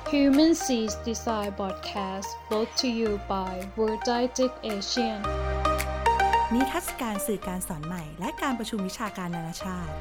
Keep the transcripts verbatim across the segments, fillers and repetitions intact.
Human Seas Design Podcast brought to you by World Digest Asian นิทรรศการสื่อการสอนใหม่และการประชุมวิชาการนานาชาติ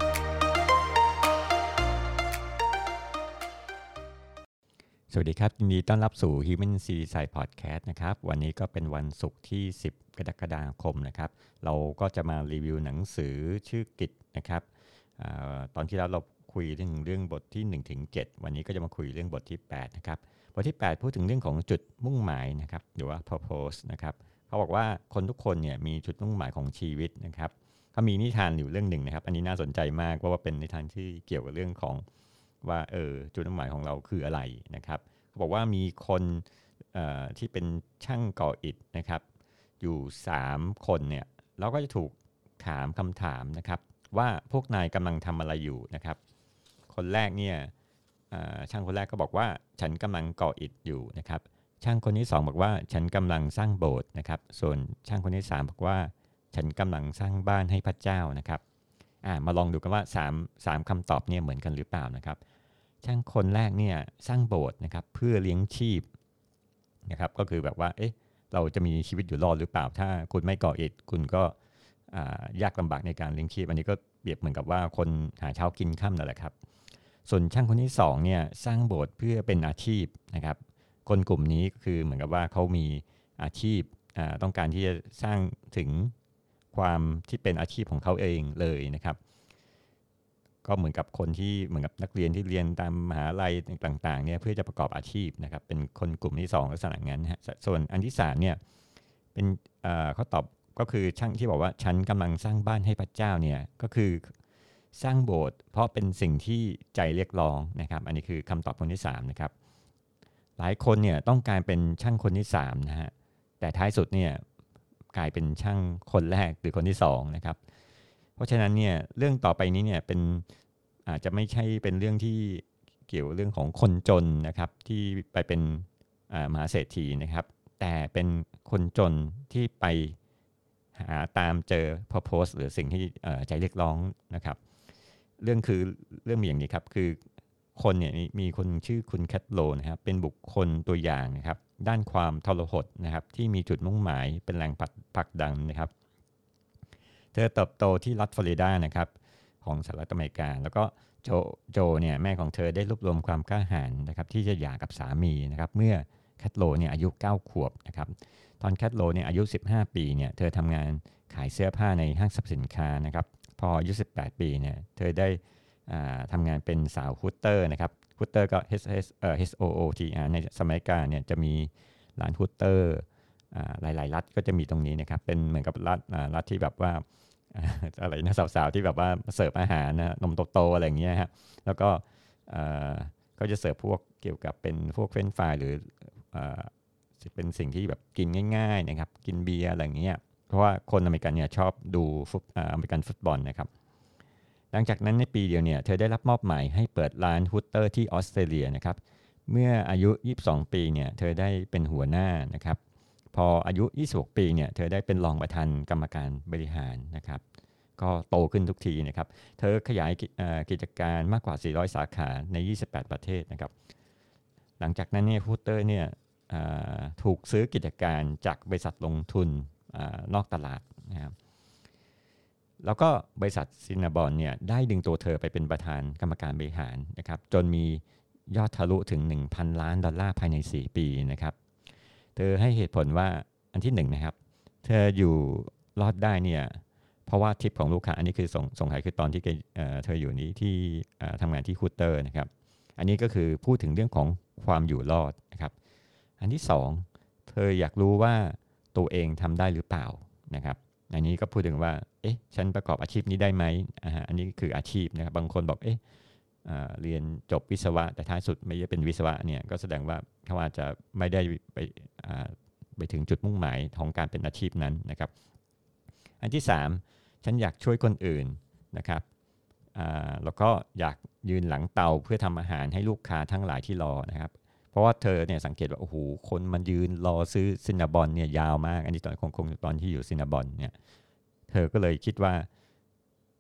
สวัสดีครับยินดีต้อนรับสู่ Human Seas Design Podcast นะครับวันนี้ก็เป็นวันศุกร์ที่สิบกรกฎาคมนะครับเราก็จะมารีวิวหนังสือชื่อกิจนะครับอ่าตอนที่แล้วเราคุยเรื่องเรื่องบทที่ หนึ่งถึงเจ็ด วันนี้ก็จะมาคุยเรื่องบทที่แปดนะครับบทที่แปดพูดถึงเรื่องของจุดมุ่งหมายนะครับหรือว่า purpose นะครับเขาบอกว่าคนทุกคนเนี่ยมีจุดมุ่งหมายของชีวิตนะครับเขามีนิทานอยู่เรื่องหนึ่งนะครับอันนี้น่าสนใจมากเพราะว่าเป็นนิทานที่เกี่ยวกับเรื่องของว่าเออจุดมุ่งหมายของเราคืออะไรนะครับเขาบอกว่ามีคนเอ่อที่เป็นช่างก่ออิฐนะครับอยู่สามคนเนี่ยเราก็จะถูกถามคำถามนะครับว่าพวกนายกำลังทำอะไรอยู่นะครับคนแรกเนี่ยช่างคนแรกก็บอกว่าฉันกำลังก่ออิฐอยู่นะครับช่างคนที่สองบอกว่าฉันกำลังสร้างโบสถ์นะครับส่วนช่างคนที่สามบอกว่าฉันกำลังสร้างบ้านให้พระเจ้านะครับอ่ามาลองดูกันว่าสาม สามคำตอบเนี่ยเหมือนกันหรือเปล่านะครับช่างคนแรกเนี่ยสร้างโบสถ์นะครับเพื่อเลี้ยงชีพนะครับก็คือแบบว่าเอ๊ะเราจะมีชีวิตอยู่รอดหรือเปล่าถ้าคุณไม่ก่ออิฐคุณก็ยากลำบากในการเลี้ยงชีพอันนี้ก็เปรียบเหมือนกับว่าคนหาเช้ากินค่ำนั่นแหละครับส่วนช่างคนที่สองเนี่ยสร้างโบสถ์เพื่อเป็นอาชีพนะครับคนกลุ่มนี้ก็คือเหมือนกับว่าเขามีอาชีพต้องการที่จะสร้างถึงความที่เป็นอาชีพของเขาเองเลยนะครับก็เหมือนกับคนที่เหมือนกับนักเรียนที่เรียนตามมหาลัยต่างๆเนี่ยเพื่อจะประกอบอาชีพนะครับเป็นคนกลุ่มที่สองลักษณะงั้นฮะส่วนอันที่สามเนี่ยเป็นเขาตอบก็คือช่างที่บอกว่าฉันกำลังสร้างบ้านให้พระเจ้าเนี่ยก็คือสร้างโบสถ์เพราะเป็นสิ่งที่ใจเรียกร้องนะครับอันนี้คือคำตอบคนที่สามนะครับหลายคนเนี่ยต้องการเป็นช่างคนที่สามนะฮะแต่ท้ายสุดเนี่ยกลายเป็นช่างคนแรกหรือคนที่สองนะครับเพราะฉะนั้นเนี่ยเรื่องต่อไปนี้เนี่ยเป็นอาจจะไม่ใช่เป็นเรื่องที่เกี่ยวเรื่องของคนจนนะครับที่ไปเป็นมหาเศรษฐีนะครับแต่เป็นคนจนที่ไปหาตามเจอ purpose หรือสิ่งที่ใจเรียกร้องนะครับเรื่องคือเรื่องมีอย่างนี้ครับคือคนเนี่ยมีคนชื่อคุณแคทโลนะครับเป็นบุคคลตัวอย่างนะครับด้านความทรหดนะครับที่มีจุดมุ่งหมายเป็นแรงผลักดันนะครับเธอเติบโตที่รัฐฟลอริดานะครับของสหรัฐอเมริกาแล้วก็โจโจเนี่ยแม่ของเธอได้รวบรวมความกล้าหาญนะครับที่จะหย่ากับสามีนะครับเมื่อแคทโลเนี่ยอายุเก้าขวบนะครับตอนแคทโลเนี่ยอายุสิบห้าปีเนี่ยเธอทำงานขายเสื้อผ้าในห้างสรรพสินค้านะครับพออายุสิบแปดปีเนี่ยเธอได้ทำงานเป็นสาวฮูตเตอร์นะครับฮูตเตอร์ก็ H O O T R ในสมัยก่อนเนี่ยจะมีร้านฮูตเตอร์หลายๆรัฐก็จะมีตรงนี้นะครับเป็นเหมือนกับรัฐรัฐที่แบบว่าอะไรนะสาวๆที่แบบว่าเสิร์ฟอาหารนะนมโตๆอะไรอย่างเงี้ยฮะแล้วก็ก็จะเสิร์ฟพวกเกี่ยวกับเป็นพวกเฟรนช์ฟรายหรือเป็นสิ่งที่แบบกินง่ายๆนะครับกินเบียร์อะไรอย่างเงี้ยเพราะว่าคนอเมริกันเนี่ยชอบดูอเมริกันฟุตบอลนะครับหลังจากนั้นในปีเดียวเนี่ยเธอได้รับมอบหมายให้เปิดร้านฮูตเตอร์ที่ออสเตรเลียนะครับเมื่ออายุยี่สิบสองปีเนี่ยเธอได้เป็นหัวหน้านะครับพออายุยี่สิบหกปีเนี่ยเธอได้เป็นรองประธานกรรมการบริหารนะครับก็โตขึ้นทุกทีนะครับเธอขยายกิจการมากกว่าสี่ร้อยสาขาในยี่สิบแปดประเทศนะครับหลังจากนั้นเนี่ยฮูตเตอร์เนี่ยถูกซื้อกิจการจากบริษัทลงทุนนอกตลาดนะครับแล้วก็บริษัทซินนาบอนเนี่ยได้ดึงตัวเธอไปเป็นประธานกรรมการบริหารนะครับจนมียอดทะลุถึง หนึ่งพัน ล้านดอลลาร์ภายในสี่ปีนะครับเธอให้เหตุผลว่าอันที่หนึ่งนะครับเธออยู่รอดได้เนี่ยเพราะว่าทิปของลูกค้าอันนี้คือส่งส่งขายคือตอนที่เธออยู่นี้ที่ทำงานที่ฮูตเตอร์นะครับอันนี้ก็คือพูดถึงเรื่องของความอยู่รอดนะครับอันที่สองเธออยากรู้ว่าตัวเองทำได้หรือเปล่านะครับอันนี้ก็พูดถึงว่าเอ๊ะฉันประกอบอาชีพนี้ได้ไหมอ่าอันนี้คืออาชีพนะครับบางคนบอกเอ๊ะเรียนจบวิศวะแต่ท้ายสุดไม่ได้เป็นวิศวะเนี่ยก็แสดงว่าเขาอาจจะไม่ได้ไปไปถึงจุดมุ่งหมายของการเป็นอาชีพนั้นนะครับอันที่สามฉันอยากช่วยคนอื่นนะครับแล้วก็อยากยืนหลังเตาเพื่อทำอาหารให้ลูกค้าทั้งหลายที่รอนะครับเพราะว่าเธอเนี่ยสังเกตว่าโอ้โหคนมันยืนรอซื้อซินนาบอนเนี่ยยาวมากอันนี้ตอนคงคงตอนที่อยู่ซินนาบอนเนี่ยเธอก็เลยคิดว่า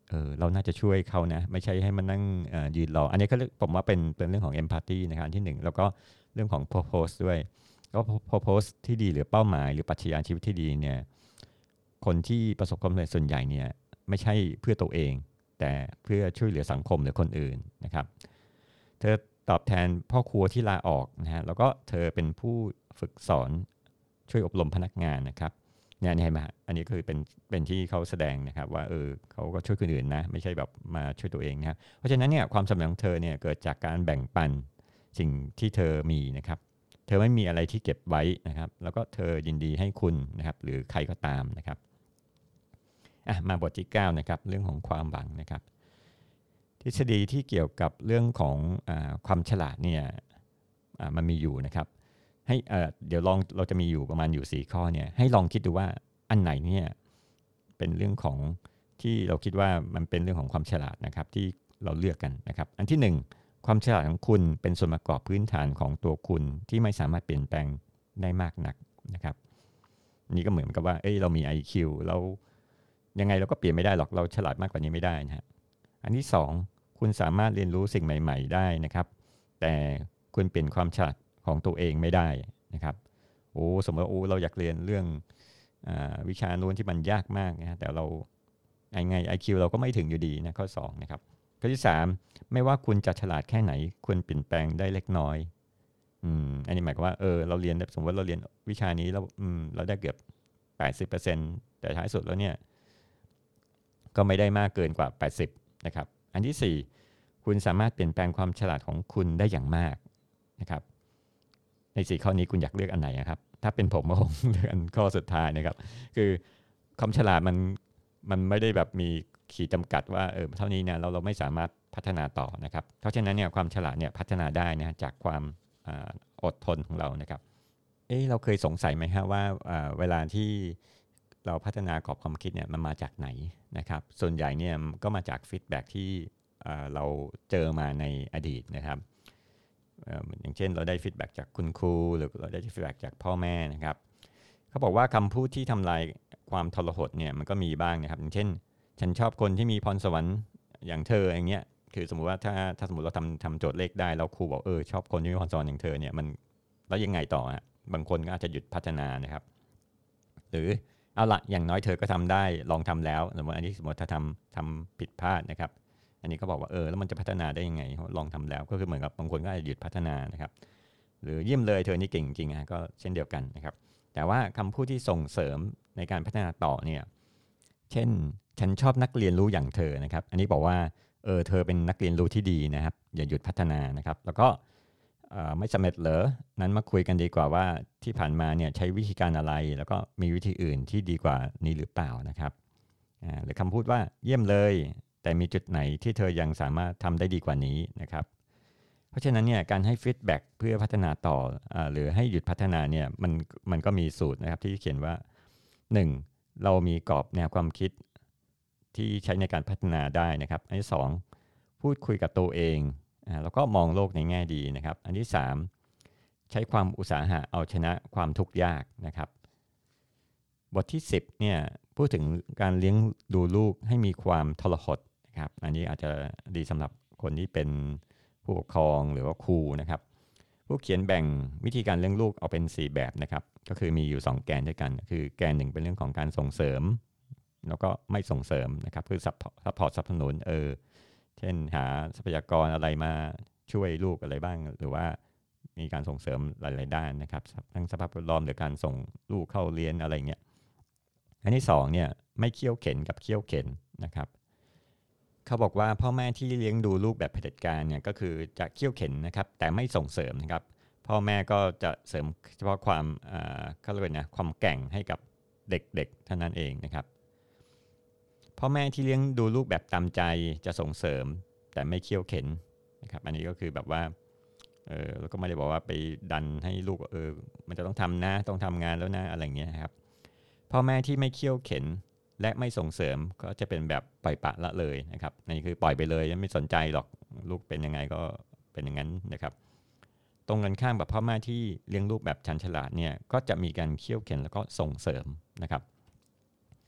เออเราน่าจะช่วยเขานะไม่ใช่ให้มันนั่งยืนรออันนี้ก็ผมว่าเป็นเป็นเรื่องของ empathy นะครับที่หนึ่งแล้วก็เรื่องของ purpose ด้วยก็ purpose ที่ดีหรือเป้าหมายหรือปรัชญาชีวิตที่ดีเนี่ยคนที่ประสบความสำเร็จส่วนใหญ่เนี่ยไม่ใช่เพื่อตัวเองแต่เพื่อช่วยเหลือสังคมหรือคนอื่นนะครับเธอตอบแทนพ่อครัวที่ลาออกนะฮะแล้วก็เธอเป็นผู้ฝึกสอนช่วยอบรมพนักงานนะครับเนี่ยเห็นไหมอันนี้คือเป็นเป็นที่เขาแสดงนะครับว่าเออเขาก็ช่วยคนอื่นนะไม่ใช่แบบมาช่วยตัวเองนะครับเพราะฉะนั้นเนี่ยความสำเร็จของเธอเนี่ยเกิดจากการแบ่งปันสิ่งที่เธอมีนะครับเธอไม่มีอะไรที่เก็บไว้นะครับแล้วก็เธอยินดีให้คุณนะครับหรือใครก็ตามนะครับอ่ะมาบทที่เก้านะครับเรื่องของความหวังนะครับทฤษฎีที่เกี่ยวกับเรื่องของอ่าความฉลาดเนี่ยอ่ามันมีอยู่นะครับให้เอ่อเดี๋ยวลองเราจะมีอยู่ประมาณอยู่สี่ข้อเนี่ยให้ลองคิดดูว่าอันไหนเนี่ยเป็นเรื่องของที่เราคิดว่ามันเป็นเรื่องของความฉลาดนะครับที่เราเลือกกันนะครับอันที่หนึ่งความฉลาดของคุณเป็นส่วนประกอบพื้นฐานของตัวคุณที่ไม่สามารถเปลี่ยนแปลงได้มากนักนะครับนี่ก็เหมือนกับว่าเอ้ยเรามี ไอ คิว เรายังไงเราก็เปลี่ยนไม่ได้หรอกเราฉลาดมากกว่านี้ไม่ได้นะฮะอันที่สองคุณสามารถเรียนรู้สิ่งใหม่ๆได้นะครับแต่คุณเปลี่ยนความฉลาดของตัวเองไม่ได้นะครับโอ้สมมติว่าโอ้เราอยากเรียนเรื่องอ่าวิชาโน้นที่มันยากมากนะแต่เราไง ไอ คิว เราก็ไม่ถึงอยู่ดีนะข้อสองนะครับข้อที่สามไม่ว่าคุณจะฉลาดแค่ไหนคุณเปลี่ยนแปลงได้เล็กน้อยอืมอันนี้หมายความว่าเออเราเรียนสมมติเราเรียนวิชานี้เราอืมเราได้เกือบ แปดสิบเปอร์เซ็นต์ แต่ท้ายสุดแล้วเนี่ยก็ไม่ได้มากเกินกว่าแปดสิบนะครับอันที่สี่คุณสามารถเปลี่ยนแปลงความฉลาดของคุณได้อย่างมากนะครับในสี่ข้อนี้คุณอยากเลือกอันไหนครับถ้าเป็นผมก็คงเลือกอันข้อสุดท้ายนะครับคือความฉลาดมันมันไม่ได้แบบมีขีดจำกัดว่าเออเท่านี้นะเราเราไม่สามารถพัฒนาต่อนะครับเพราะฉะนั้นเนี่ยความฉลาดเนี่ยพัฒนาได้นะจากความอดทนของเรานะครับเอ๊ะเราเคยสงสัยไหมครับว่าเวลาที่เราพัฒนากรอบความคิดเนี่ยมันมาจากไหนนะครับส่วนใหญ่เนี่ยก็มาจากฟีดแบ็กที่เราเจอมาในอดีตนะครับอย่างเช่นเราได้ฟีดแบ็กจากคุณครูหรือเราได้ฟีดแบ็กจากพ่อแม่นะครับเขาบอกว่าคำพูดที่ทำลายความทรหดเนี่ยมันก็มีบ้างนะครับอย่างเช่นฉันชอบคนที่มีพรสวรรค์อย่างเธออย่างเงี้ยคือสมมุติว่าถ้าถ้าสมมติเราทำทำโจทย์เลขได้แล้วครูบอกเออชอบคนที่มีพรสวรรค์อย่างเธอเนี่ยมันแล้วยังไงต่อฮะบางคนก็อาจจะหยุดพัฒนานะครับหรือเอาละอย่างน้อยเธอก็ทำได้ลองทำแล้วสมมติอันนี้สมมติถ้าทำทำผิดพลาดนะครับอันนี้ก็บอกว่าเออแล้วมันจะพัฒนาได้ยังไงลองทำแล้วก็คือเหมือนกับบางคนก็อาจจะหยุดพัฒนานะครับหรือเยี่ยมเลยเธอนี่เก่งจริงๆก็เช่นเดียวกันนะครับแต่ว่าคำพูดที่ส่งเสริมในการพัฒนาต่อเนี่ยเช่นฉันชอบนักเรียนรู้อย่างเธอนะครับอันนี้บอกว่าเออเธอเป็นนักเรียนรู้ที่ดีนะครับอย่าหยุดพัฒนานะครับแล้วก็ไม่สำเร็จเหรอนั้นมาคุยกันดีกว่าว่าที่ผ่านมาเนี่ยใช้วิธีการอะไรแล้วก็มีวิธีอื่นที่ดีกว่านี้หรือเปล่านะครับหรือคำพูดว่าเยี่ยมเลยแต่มีจุดไหนที่เธอยังสามารถทำได้ดีกว่านี้นะครับเพราะฉะนั้นเนี่ยการให้ฟีดแบ็กเพื่อพัฒนาต่อหรือให้หยุดพัฒนาเนี่ยมันมันก็มีสูตรนะครับที่เขียนว่าหนึ่งเรามีกรอบแนวความคิดที่ใช้ในการพัฒนาได้นะครับอันที่สองพูดคุยกับตัวเองแล้วก็มองโลกในแง่ดีนะครับอันที่สามใช้ความอุตสาหะเอาชนะความทุกข์ยากนะครับบทที่สิบเนี่ยพูดถึงการเลี้ยงดูลูกให้มีความทรหดนะครับอันนี้อาจจะดีสำหรับคนที่เป็นผู้ปกครองหรือว่าครูนะครับผู้เขียนแบ่งวิธีการเลี้ยงลูกเอาเป็นสี่แบบนะครับก็คือมีอยู่สองแกนด้วยกันคือแกนหนึ่งเป็นเรื่องของการส่งเสริมแล้วก็ไม่ส่งเสริมนะครับคือซัพพอร์ตสนับสนุนเออเช่นหาทรัพยากรอะไรมาช่วยลูกอะไรบ้างหรือว่ามีการส่งเสริมหลายๆด้านนะครับทั้งสภาพแวดล้อมหรือการส่งลูกเข้าเรียนอะไรเงี้ยอันที่สองเนี่ยไม่เคี่ยวเข็นกับเคี่ยวเข็นนะครับเขาบอกว่าพ่อแม่ที่เลี้ยงดูลูกแบบเผด็จการเนี่ยก็คือจะเคี่ยวเข็นนะครับแต่ไม่ส่งเสริมนะครับพ่อแม่ก็จะเสริมเฉพาะความเขาเรียกว่านะความแกร่งให้กับเด็กๆเท่านั้นเองนะครับพ่อแม่ที่เลี้ยงดูลูกแบบตามใจจะส่งเสริมแต่ไม่เคี่ยวเข็นนะครับอันนี้ก็คือแบบว่าเออแล้วก็ไม่ได้บอกว่าไปดันให้ลูกเออมันจะต้องทำนะต้องทำงานแล้วนะอะไรเงี้ยครับพ่อแม่ที่ไม่เคี่ยวเข็นและไม่ส่งเสริมก็จะเป็นแบบปล่อยปละละเลยนะครับนี่คือปล่อยไปเลยไม่สนใจหรอกลูกเป็นยังไงก็เป็นอย่างนั้นนะครับตรงกันข้ามกับพ่อแม่ที่เลี้ยงลูกแบบชันฉลาดเนี่ยก็จะมีการเคี่ยวเข็นแล้วก็ส่งเสริมนะครับ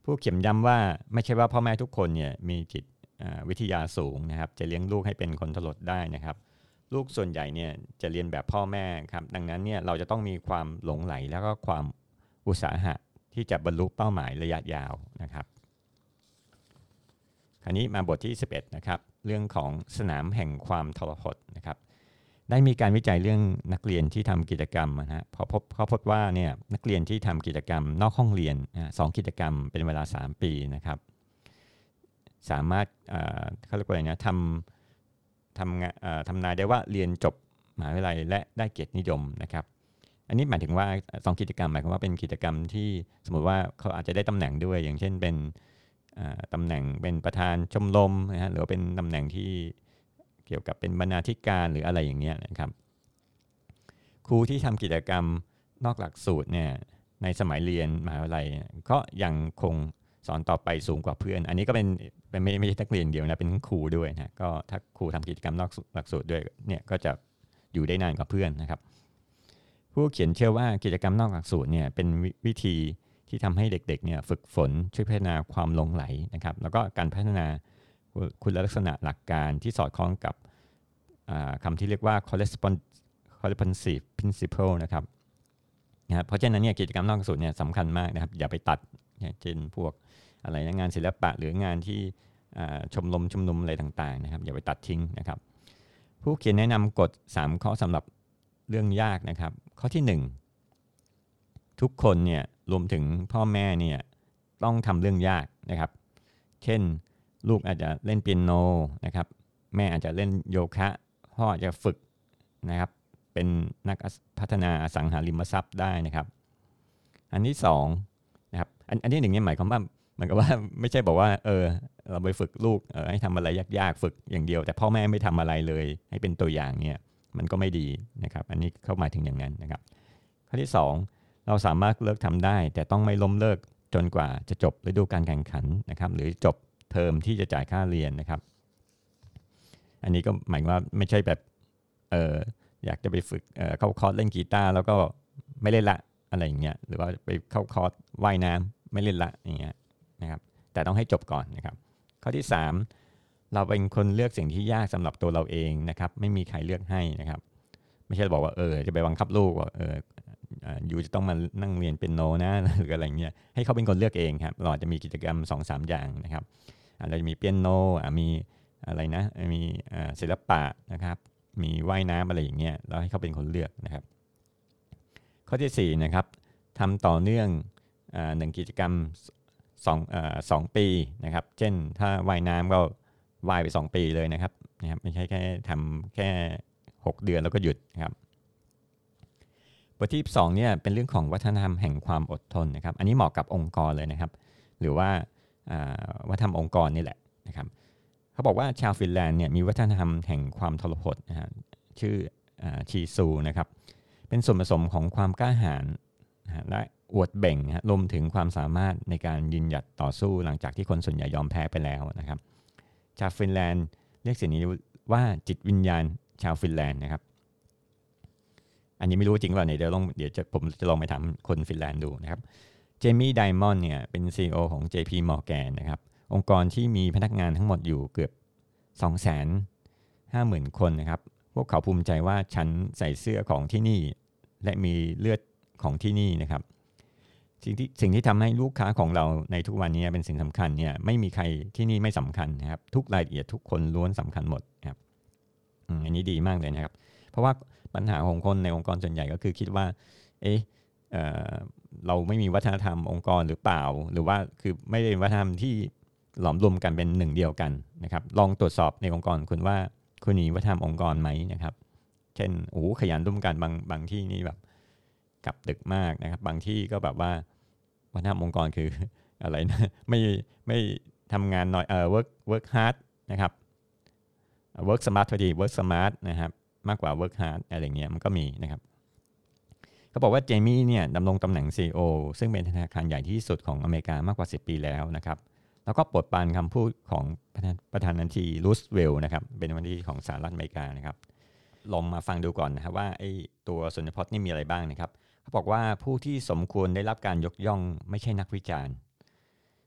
ผู้เขียนย้ำว่าไม่ใช่ว่าพ่อแม่ทุกคนเนี่ยมีจิตวิทยาสูงนะครับจะเลี้ยงลูกให้เป็นคนถลดได้นะครับลูกส่วนใหญ่เนี่ยจะเรียนแบบพ่อแม่ครับดังนั้นเนี่ยเราจะต้องมีความหลงไหลแล้วก็ความอุตสาหะที่จะบรรลุเป้าหมายระยะยาวนะครับคราวนี้มาบทที่สิบเอ็ดนะครับเรื่องของสนามแห่งความทรหดนะครับได้มีการวิจัยเรื่องนักเรียนที่ทำกิจกรรมนะฮะพอพบเขาพบว่าเนี่ยนักเรียนที่ทำกิจกรรมนอกห้องเรียนนะสองกิจกรรมเป็นเวลาสามปีนะครับสามารถเขาเรียกว่าอะไรนะทำทำทำนายได้ว่าเรียนจบมหาวิทยาลัยและได้เกียรตินิยมนะครับอันนี้หมายถึงว่าสองกิจกรรมหมายความว่าเป็นกิจกรรมที่สมมติว่าเขาอาจจะได้ตำแหน่งด้วยอย่างเช่นเป็นตำแหน่งเป็นประธานชมรมนะฮะหรือเป็นตำแหน่งที่เกี่ยวกับเป็นบรรณาธิการหรืออะไรอย่างเงี้ยนะครับครูที่ทำกิจกรรมนอกหลักสูตรเนี่ยในสมัยเรียนมหาวิทยาลัยก็ยังคงสอนต่อไปสูงกว่าเพื่อนอันนี้ก็เป็นเป็นไม่ไม่ใช่นักเรียนเดียวนะเป็นครูด้วยนะก็ถ้าครูทำกิจกรรมนอกหลักสูตรด้วยเนี่ยก็จะอยู่ได้นานกว่าเพื่อนนะครับผู้เขียนเชื่อว่ากิจกรรมนอกหลักสูตรเนี่ยเป็นวิธีที่ทำให้เด็กๆเนี่ยฝึกฝนช่วยพัฒนาความหลงไหลนะครับแล้วก็การพัฒนาคุณลักษณะหลักการที่สอดคล้องกับคำที่เรียกว่า corresponsive principle นะครับนะเพราะฉะนั้นเนี่ยกิจกรรมนอกหลักสูตรเนี่ยสำคัญมากนะครับอย่าไปตัดเช่นพวกอะไรนะงานศิลปะหรืองานที่ชมรมชุมนุมอะไรต่างๆนะครับอย่าไปตัดทิ้งนะครับผู้เขียนแนะนำกฎสามข้อสำหรับเรื่องยากนะครับข้อที่หนึ่งทุกคนเนี่ยรวมถึงพ่อแม่เนี่ยต้องทำเรื่องยากนะครับเช่นลูกอาจจะเล่นเปียโนนะครับแม่อาจจะเล่นโยคะพ่ออาจจะฝึกนะครับเป็นนักพัฒนาอสังหาริมทรัพย์ได้นะครับอันที่สองนะครับอัน, อันที่หนึ่งเนี่ยหมายความว่าเหมือนกับว่าไม่ใช่บอกว่าเออเราไปฝึกลูกเออให้ทำอะไรยากๆฝึกอย่างเดียวแต่พ่อแม่ไม่ทำอะไรเลยให้เป็นตัวอย่างเนี่ยมันก็ไม่ดีนะครับอันนี้เข้าหมายถึงอย่างนั้นนะครับข้อที่สองเราสามารถเลิกทำได้แต่ต้องไม่ล้มเลิกจนกว่าจะจบฤดูกาลแข่งขันนะครับหรือจบเทอมที่จะจ่ายค่าเรียนนะครับอันนี้ก็หมายว่าไม่ใช่แบบเอออยากจะไปฝึก เอ่อ เข้าคอร์สเล่นกีตาร์แล้วก็ไม่เล่นละอะไรอย่างเงี้ยหรือว่าไปเข้าคอร์สว่ายน้ำไม่เล่นละอย่างเงี้ยนะครับแต่ต้องให้จบก่อนนะครับข้อที่สามเราเป็นคนเลือกสิ่งที่ยากสำหรับตัวเราเองนะครับไม่มีใครเลือกให้นะครับไม่ใช่บอกว่าเออจะไปบังคับลูกว่าเอออยู่จะต้องมานั่งเรียนเปียโนนะหรืออะไรเงี้ยให้เขาเป็นคนเลือกเองครับเราจะมีกิจกรรม สองถึงสาม อย่างนะครับเราจะมีเปียโนมีอะไรนะมีศิลปะนะครับมีว่ายน้ำอะไรอย่างเงี้ยเราให้เขาเป็นคนเลือกนะครับข้อที่สี่นะครับทำต่อเนื่องหนึ่งกิจกรรมสองเอ่อสองปีนะครับเช่นถ้าว่ายน้ำก็ว่ายไปสองปีเลยนะครับนะครับไม่ใช่แค่ทำแค่หกเดือนแล้วก็หยุดนะครับบทที่สองเนี่ยเป็นเรื่องของวัฒนธรรมแห่งความอดทนนะครับอันนี้เหมาะกับองค์กรเลยนะครับหรือว่าวัฒนธรรมองค์กรนี่แหละนะครับเขาบอกว่าชาวฟินแลนด์เนี่ยมีวัฒนธรรมแห่งความทรหดนะฮะชื่อชีซูนะครับเป็นส่วนผสมของความกล้าหาญและอวดเบ่งรวมถึงความสามารถในการยืนหยัดต่อสู้หลังจากที่คนส่วนใหญ่ยอมแพ้ไปแล้วนะครับชาวฟินแลนด์เรียกสิ่งนี้ว่าจิตวิญญาณชาวฟินแลนด์นะครับอันนี้ไม่รู้จริงเปล่าเนี่ยเดี๋ยวลองเดี๋ยวจะผมจะลองไปถามคนฟินแลนด์ดูนะครับเจมี่ไดมอนด์เนี่ยเป็น ซี อี โอ ของ เจ พี Morgan นะครับองค์กรที่มีพนักงานทั้งหมดอยู่เกือบ สองแสนห้าหมื่น คนนะครับพวกเขาภูมิใจว่าฉันใส่เสื้อของที่นี่และมีเลือดของที่นี่นะครับสิ่งที่สิ่งที่ทำให้ลูกค้าของเราในทุกวันนี้เป็นสิ่งสำคัญเนี่ยไม่มีใครที่นี่ไม่สำคัญนะครับทุกรายละเอียดทุกคนล้วนสำคัญหมดครับอันนี้ดีมากเลยนะครับเพราะว่าปัญหาของคนในองค์กรส่วนใหญ่ก็คือคิดว่าเอ๊ะ เอ่อ เราไม่มีวัฒนธรรมองค์กรหรือเปล่าหรือว่าคือไม่ได้วัฒนธรรมที่หลอมรวมกันเป็นหนึ่งเดียวกันนะครับลองตรวจสอบในองค์กรคุณว่าคุณมีวัฒนธรรมองค์กรไหมนะครับเช่นโอ้ขยันร่วมกันบางบางที่นี่แบบกลับดึกมากนะครับบางที่ก็แบบว่าวัฒนธรรมองค์กรคืออะไรนะไม่ไม่ทำงานน้อยเอ่อ work work hard นะครับ work smart พอดี work smart นะครับมากกว่า work hard อะไรอย่างเงี้ยมันก็มีนะครับเขาบอกว่าเจมี่เนี่ยดำรงตำแหน่ง ซี อี โอ ซึ่งเป็นธนาคารใหญ่ที่สุดของอเมริกามากกว่าสิบปีแล้วนะครับแล้วก็ปลดปรานคำพูดของประธานาธิบดีรูสเวลล์นะครับเป็นประธานาธิบดีของสหรัฐอเมริกานะครับลองมาฟังดูก่อนนะครับว่าไอ้ตัวสุนทรพจน์นี่มีอะไรบ้างนะครับเขาบอกว่าผู้ที่สมควรได้รับการยกย่องไม่ใช่นักวิจารณ์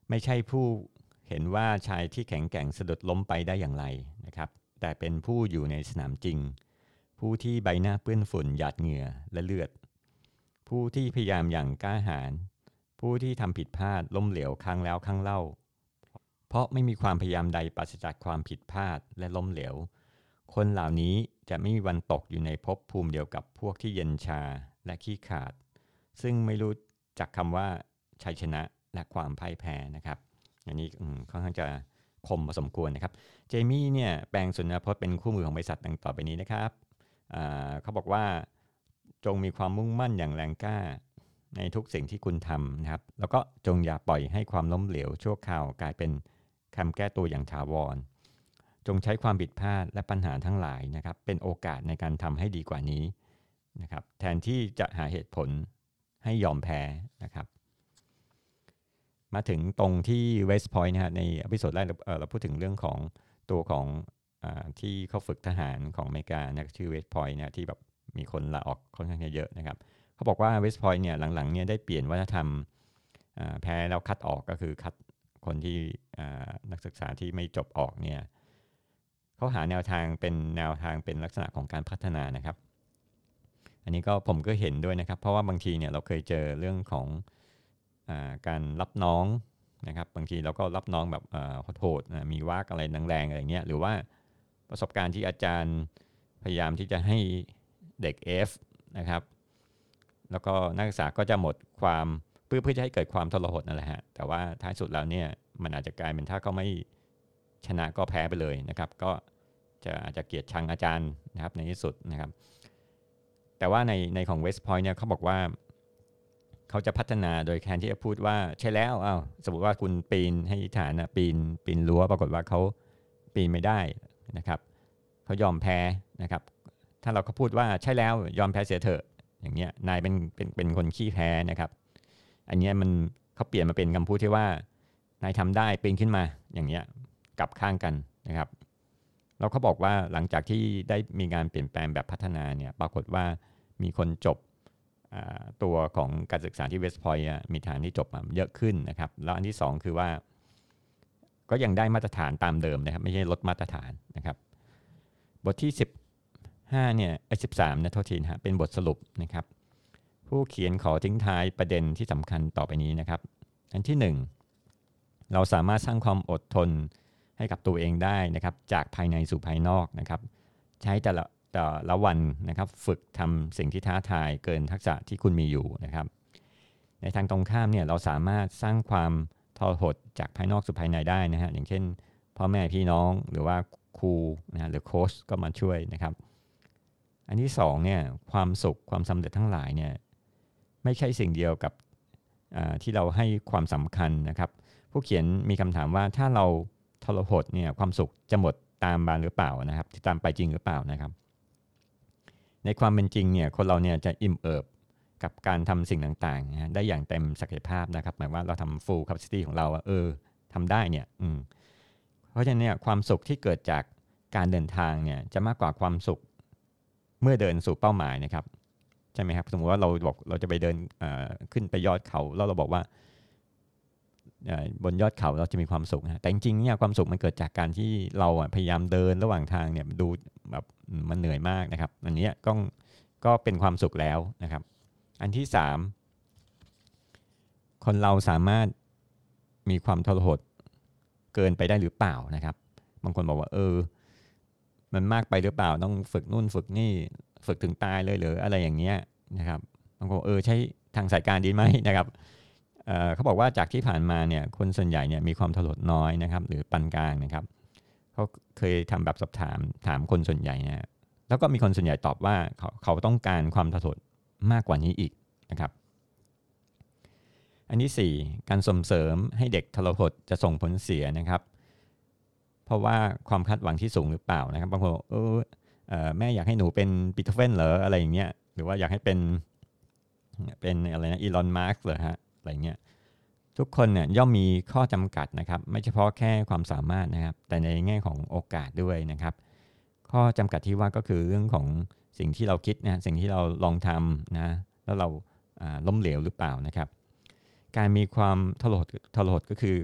ไม่ใช่ผู้เห็นว่าชายที่แข็งแกร่งสะดุดล้มไปได้อย่างไรนะครับแต่เป็นผู้อยู่ในสนามจริงผู้ที่ใบหน้าเปื้อนฝุ่นหยาดเหงื่อและเลือดผู้ที่พยายามอย่างกล้าหาญผู้ที่ทำผิดพลาดล้มเหลวครั้งแล้วครั้งเล่าเพราะไม่มีความพยายามใดปราศจากความผิดพลาดและล้มเหลวคนเหล่านี้จะไม่มีวันตกอยู่ในภพภูมิเดียวกับพวกที่เย็นชาและขี้ขลาดซึ่งไม่รู้จักคำว่าชัยชนะและความพ่ายแพ้นะครับอันนี้ค่อนข้างจะคมพอสมควรนะครับเจมี่เนี่ยแปลงสุนทรพจน์เป็นคู่มือของบริษัทดังต่อไปนี้นะครับเขาบอกว่าจงมีความมุ่งมั่นอย่างแรงกล้าในทุกสิ่งที่คุณทำนะครับแล้วก็จงอย่าปล่อยให้ความล้มเหลวชั่วคราวกลายเป็นคำแก้ตัวอย่างถาวรจงใช้ความผิดพลาดและปัญหาทั้งหลายนะครับเป็นโอกาสในการทำให้ดีกว่านี้นะครับแทนที่จะหาเหตุผลให้ยอมแพ้นะครับมาถึงตรงที่ West Point นะฮะในอพิโซดแรก เ, เราพูดถึงเรื่องของตัวของอ่าที่เขาฝึกทหารของอเมริกานะชื่อ West Point นะที่แบบมีคนลาออกค่อนข้างเยอะนะครับเขาบอกว่า West Point เนี่ยหลังๆเนี่ยได้เปลี่ยนวัฒนธรรมแพ้แล้วคัดออกก็คือคัดคนที่นักศึกษาที่ไม่จบออกเนี่ยเขาหาแนวทางเป็นแนวทางเป็นลักษณะของการพัฒนานะครับอันนี้ก็ผมก็เห็นด้วยนะครับเพราะว่าบางทีเนี่ยเราเคยเจอเรื่องของการรับน้องนะครับบางทีเราก็รับน้องแบบโหดๆมีวากอะไรแรงๆอะไรเงี้ยหรือว่าประสบการณ์ที่อาจารย์พยายามที่จะให้เด็ก F นะครับแล้วก็นักศึกษาก็จะหมดความเพื่อเพื่อจะให้เกิดความทรหดนั่นแหละฮะแต่ว่าท้ายสุดแล้วเนี่ยมันอาจจะกลายเป็นถ้าเขาไม่ชนะก็แพ้ไปเลยนะครับก็จะอาจจะเกลียดชังอาจารย์นะครับในที่สุดนะครับแต่ว่าในในของ West Point เนี่ยเขาบอกว่าเขาจะพัฒนาโดยแทนที่จะพูดว่าใช่แล้วอ้าวสมมติว่าคุณปีนให้ฐานนะปีนปีนรั้วปรากฏว่าเขาปีนไม่ได้นะครับเขายอมแพ้นะครับถ้าเราก็พูดว่าใช่แล้วยอมแพ้เสียเถอะอย่างเงี้ยนายเป็นเป็นเป็นคนขี้แพ้นะครับอันนี้มันเขาเปลี่ยนมาเป็นคำพูดที่ว่านายทำได้ปีนขึ้นมาอย่างเงี้ยกลับข้างกันนะครับแล้วเขาบอกว่าหลังจากที่ได้มีการเปลี่ยนแปลงแบบพัฒนาเนี่ยปรากฏว่ามีคนจบตัวของการศึกษาที่ West Point มีฐานที่จบเยอะขึ้นนะครับแล้วอันที่สองคือว่าก็ยังได้มาตรฐานตามเดิมนะครับไม่ใช่ลดมาตรฐานนะครับบทที่สิบห้าเนี่ยไอ้สิบสามนะโทษทีนะฮะเป็นบทสรุปนะครับผู้เขียนขอทิ้งท้ายประเด็นที่สำคัญต่อไปนี้นะครับอันที่หนึ่งเราสามารถสร้างความอดทนให้กับตัวเองได้นะครับจากภายในสู่ภายนอกนะครับใช้แต่ละแต่ละวันนะครับฝึกทำสิ่งที่ท้าทายเกินทักษะที่คุณมีอยู่นะครับในทางตรงข้ามเนี่ยเราสามารถสร้างความทรหดจากภายนอกสู่ภายในได้นะฮะอย่างเช่นพ่อแม่พี่น้องหรือว่าครูนะฮะหรือโค้ชก็มาช่วยนะครับอันที่สองเนี่ยความสุขความสำเร็จทั้งหลายเนี่ยไม่ใช่สิ่งเดียวกับที่เราให้ความสำคัญนะครับผู้เขียนมีคำถามว่าถ้าเราทรหดเนี่ยความสุขจะหมดตามมาหรือเปล่านะครับตามไปจริงหรือเปล่านะครับในความเป็นจริงเนี่ยคนเราเนี่ยจะอิ่มเอิบกับการทำสิ่งต่างๆนะได้อย่างเต็มศักยภาพนะครับหมายว่าเราทำ full capacity ของเราเออทำได้เนี่ยอืมเพราะฉะนั้นเนี่ยความสุขที่เกิดจากการเดินทางเนี่ยจะมากกว่าความสุขเมื่อเดินสู่เป้าหมายนะครับใช่ไหมครับสมมติว่าเราบอกเราจะไปเดินขึ้นไปยอดเขาแล้วเราบอกว่าบนยอดเขาเราจะมีความสุขนะแต่จริงๆเนี่ยความสุขมันเกิดจากการที่เราพยายามเดินระหว่างทางเนี่ยดูแบบมันเหนื่อยมากนะครับอันนี้ก็ก็เป็นความสุขแล้วนะครับอันที่สามคนเราสามารถมีความทรหดเกินไปได้หรือเปล่านะครับบางคนบอกว่าเออมันมากไปหรือเปล่าต้องฝึกนู่นฝึกนี่ฝึกถึงตายเลยหรืออะไรอย่างเงี้ยนะครับบางคนเออใช้ทางสายการดีไหมนะครับเอ่อเขาบอกว่าจากที่ผ่านมาเนี่ยคนส่วนใหญ่เนี่ยมีความทรหดน้อยนะครับหรือปานกลางนะครับเขาเคยทำแบบสอบถามถามคนส่วนใหญ่เนี่ยแล้วก็มีคนส่วนใหญ่ตอบว่าเขาเขาต้องการความทรหดมากกว่านี้อีกนะครับอันที่สี่การส่งเสริมให้เด็กทรหดจะส่งผลเสียนะครับเพราะว่าความคาดหวังที่สูงหรือเปล่านะครับบางคนเออเอ่อแม่อยากให้หนูเป็นบีโธเฟนเหรออะไรอย่างเงี้ยหรือว่าอยากให้เป็นเป็นอะไรนะอีลอนมาร์กเหรอฮะอะไรเงี้ยทุกคนเนี่ยย่อมมีข้อจำกัดนะครับไม่เฉพาะแค่ความสามารถนะครับแต่ในแง่ของโอกาสด้วยนะครับข้อจำกัดที่ว่าก็คือเรื่องของสิ่งที่เราคิดนะสิ่งที่เราลองทำนะแล้วเราล้มเหลวหรือเปล่านะครับการมีความทรหดทรหดก็คือ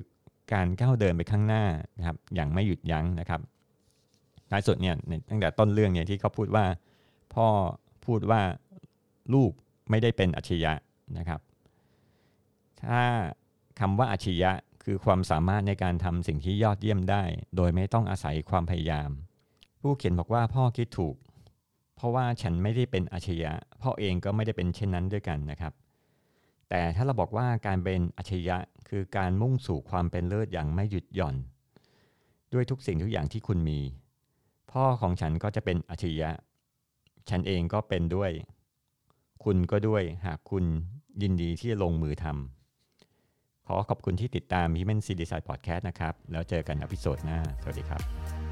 การก้าวเดินไปข้างหน้านะครับอย่างไม่หยุดยั้งนะครับท้ายสุดเนี่ยตั้งแต่ต้นเรื่องเนี่ยที่เขาพูดว่าพ่อพูดว่าลูกไม่ได้เป็นอัจฉริยะนะครับถ้าคำว่าอัจฉริยะคือความสามารถในการทำสิ่งที่ยอดเยี่ยมได้โดยไม่ต้องอาศัยความพยายามผู้เขียนบอกว่าพ่อคิดถูกเพราะว่าฉันไม่ได้เป็นอัจฉริยะพ่อเองก็ไม่ได้เป็นเช่นนั้นด้วยกันนะครับแต่ถ้าเราบอกว่าการเป็นอัจฉริยะคือการมุ่งสู่ความเป็นเลิศอย่างไม่หยุดหย่อนด้วยทุกสิ่งทุกอย่างที่คุณมีพ่อของฉันก็จะเป็นอัจฉริยะฉันเองก็เป็นด้วยคุณก็ด้วยหากคุณยินดีที่จะลงมือทำขอขอบคุณที่ติดตาม Human Design Podcast นะครับแล้วเจอกันในอีพิโซดหน้าสวัสดีครับ